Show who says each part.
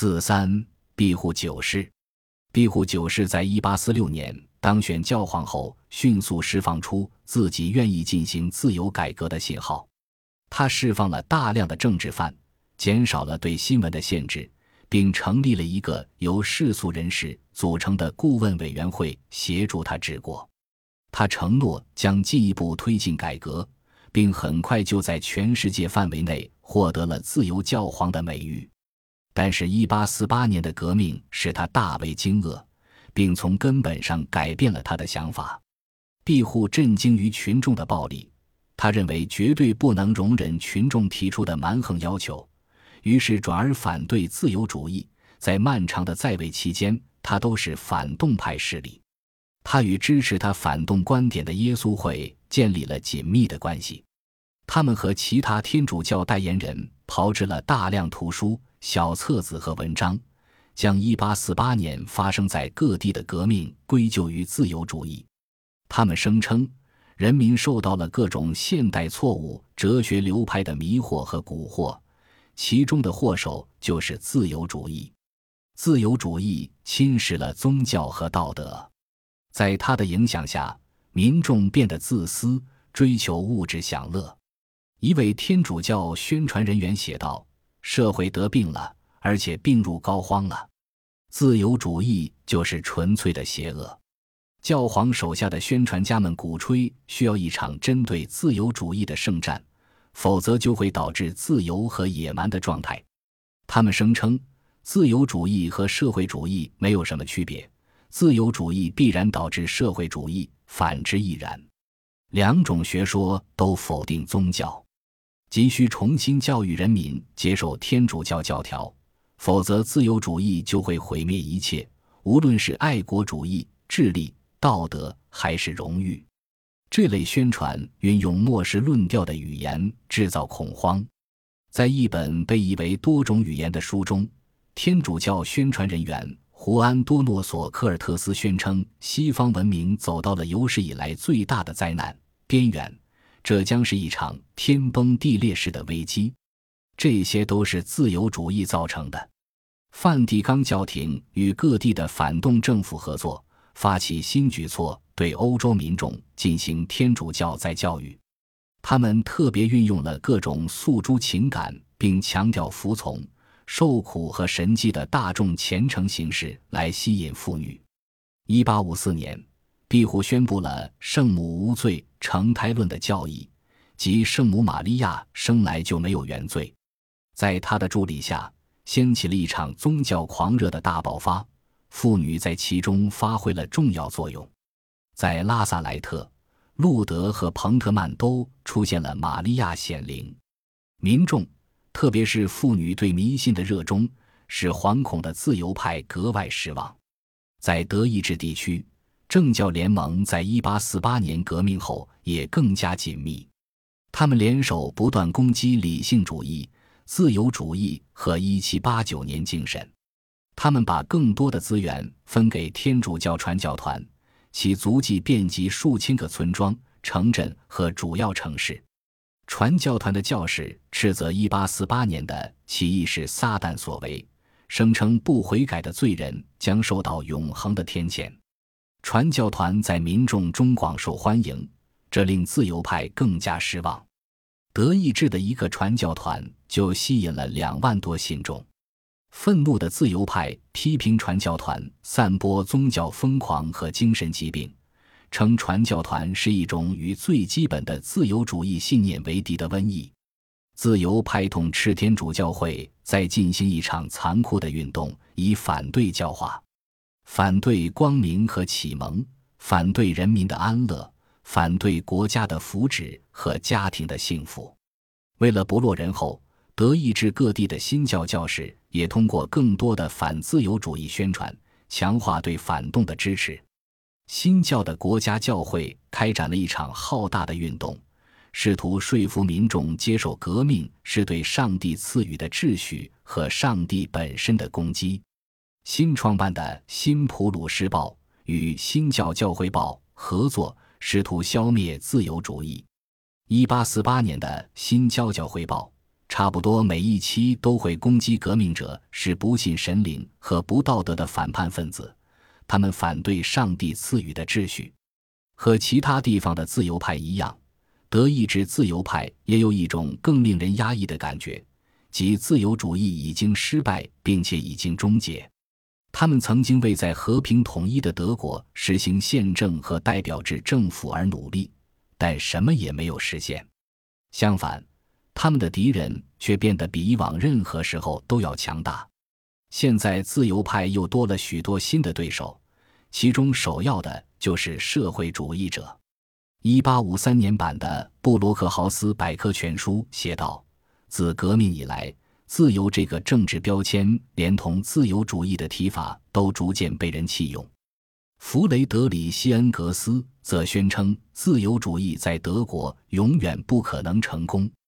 Speaker 1: 43庇护九世。庇护九世在1846年当选教皇后，迅速释放出自己愿意进行自由改革的信号。他释放了大量的政治犯，减少了对新闻的限制，并成立了一个由世俗人士组成的顾问委员会，协助他治国。他承诺将进一步推进改革，并很快就在全世界范围内获得了自由教皇的美誉。但是1848年的革命使他大为惊愕，并从根本上改变了他的想法。庇护震惊于群众的暴力，他认为绝对不能容忍群众提出的蛮横要求，于是转而反对自由主义。在漫长的在位期间，他都是反动派势力。他与支持他反动观点的耶稣会建立了紧密的关系，他们和其他天主教代言人炮制了大量图书、小册子和文章，将1848年发生在各地的革命归咎于自由主义。他们声称，人民受到了各种现代错误哲学流派的迷惑和蛊惑，其中的祸首就是自由主义。自由主义侵蚀了宗教和道德。在他的影响下，民众变得自私，追求物质享乐。一位天主教宣传人员写道，社会得病了，而且病入膏肓了。自由主义就是纯粹的邪恶。教皇手下的宣传家们鼓吹需要一场针对自由主义的圣战，否则就会导致自由和野蛮的状态。他们声称，自由主义和社会主义没有什么区别，自由主义必然导致社会主义，反之亦然。两种学说都否定宗教，急需重新教育人民接受天主教教条，否则自由主义就会毁灭一切，无论是爱国主义、智力、道德还是荣誉。这类宣传运用末世论调的语言制造恐慌。在一本被译为多种语言的书中，天主教宣传人员胡安多诺索科尔特斯宣称，西方文明走到了有史以来最大的灾难边缘，这将是一场天崩地裂式的危机。这些都是自由主义造成的。梵蒂冈教廷与各地的反动政府合作，发起新举措，对欧洲民众进行天主教再教育。他们特别运用了各种诉诸情感并强调服从、受苦和神迹的大众虔诚形式来吸引妇女。1854年，庇护宣布了圣母无罪成胎论的教义，即圣母玛利亚生来就没有原罪。在他的助力下，掀起了一场宗教狂热的大爆发，妇女在其中发挥了重要作用。在拉萨莱特、路德和彭特曼都出现了玛利亚显灵。民众，特别是妇女对迷信的热衷，使惶恐的自由派格外失望。在德意志地区，政教联盟在1848年革命后也更加紧密，他们联手不断攻击理性主义、自由主义和1789年精神。他们把更多的资源分给天主教传教团，其足迹遍及数千个村庄、城镇和主要城市。传教团的教士斥责1848年的起义是撒旦所为，声称不悔改的罪人将受到永恒的天谴。传教团在民众中广受欢迎，这令自由派更加失望。德意志的一个传教团就吸引了2万多信众。愤怒的自由派批评传教团散播宗教疯狂和精神疾病，称传教团是一种与最基本的自由主义信念为敌的瘟疫。自由派统治天主教会在进行一场残酷的运动，以反对教化，反对光明和启蒙，反对人民的安乐，反对国家的福祉和家庭的幸福。为了不落人后，德意志各地的新教教士也通过更多的反自由主义宣传，强化对反动的支持。新教的国家教会开展了一场浩大的运动，试图说服民众接受革命是对上帝赐予的秩序和上帝本身的攻击。新创办的新普鲁士报与新教教会报合作，试图消灭自由主义。1848年的新教教会报差不多每一期都会攻击革命者是不信神灵和不道德的反叛分子，他们反对上帝赐予的秩序。和其他地方的自由派一样，德意志自由派也有一种更令人压抑的感觉，即自由主义已经失败并且已经终结。他们曾经为在和平统一的德国实行宪政和代表制政府而努力，但什么也没有实现。相反，他们的敌人却变得比以往任何时候都要强大。现在自由派又多了许多新的对手，其中首要的就是社会主义者。1853年版的布罗克豪斯百科全书写道，自革命以来，自由这个政治标签连同自由主义的提法都逐渐被人弃用。弗雷德里希恩格斯则宣称自由主义在德国永远不可能成功。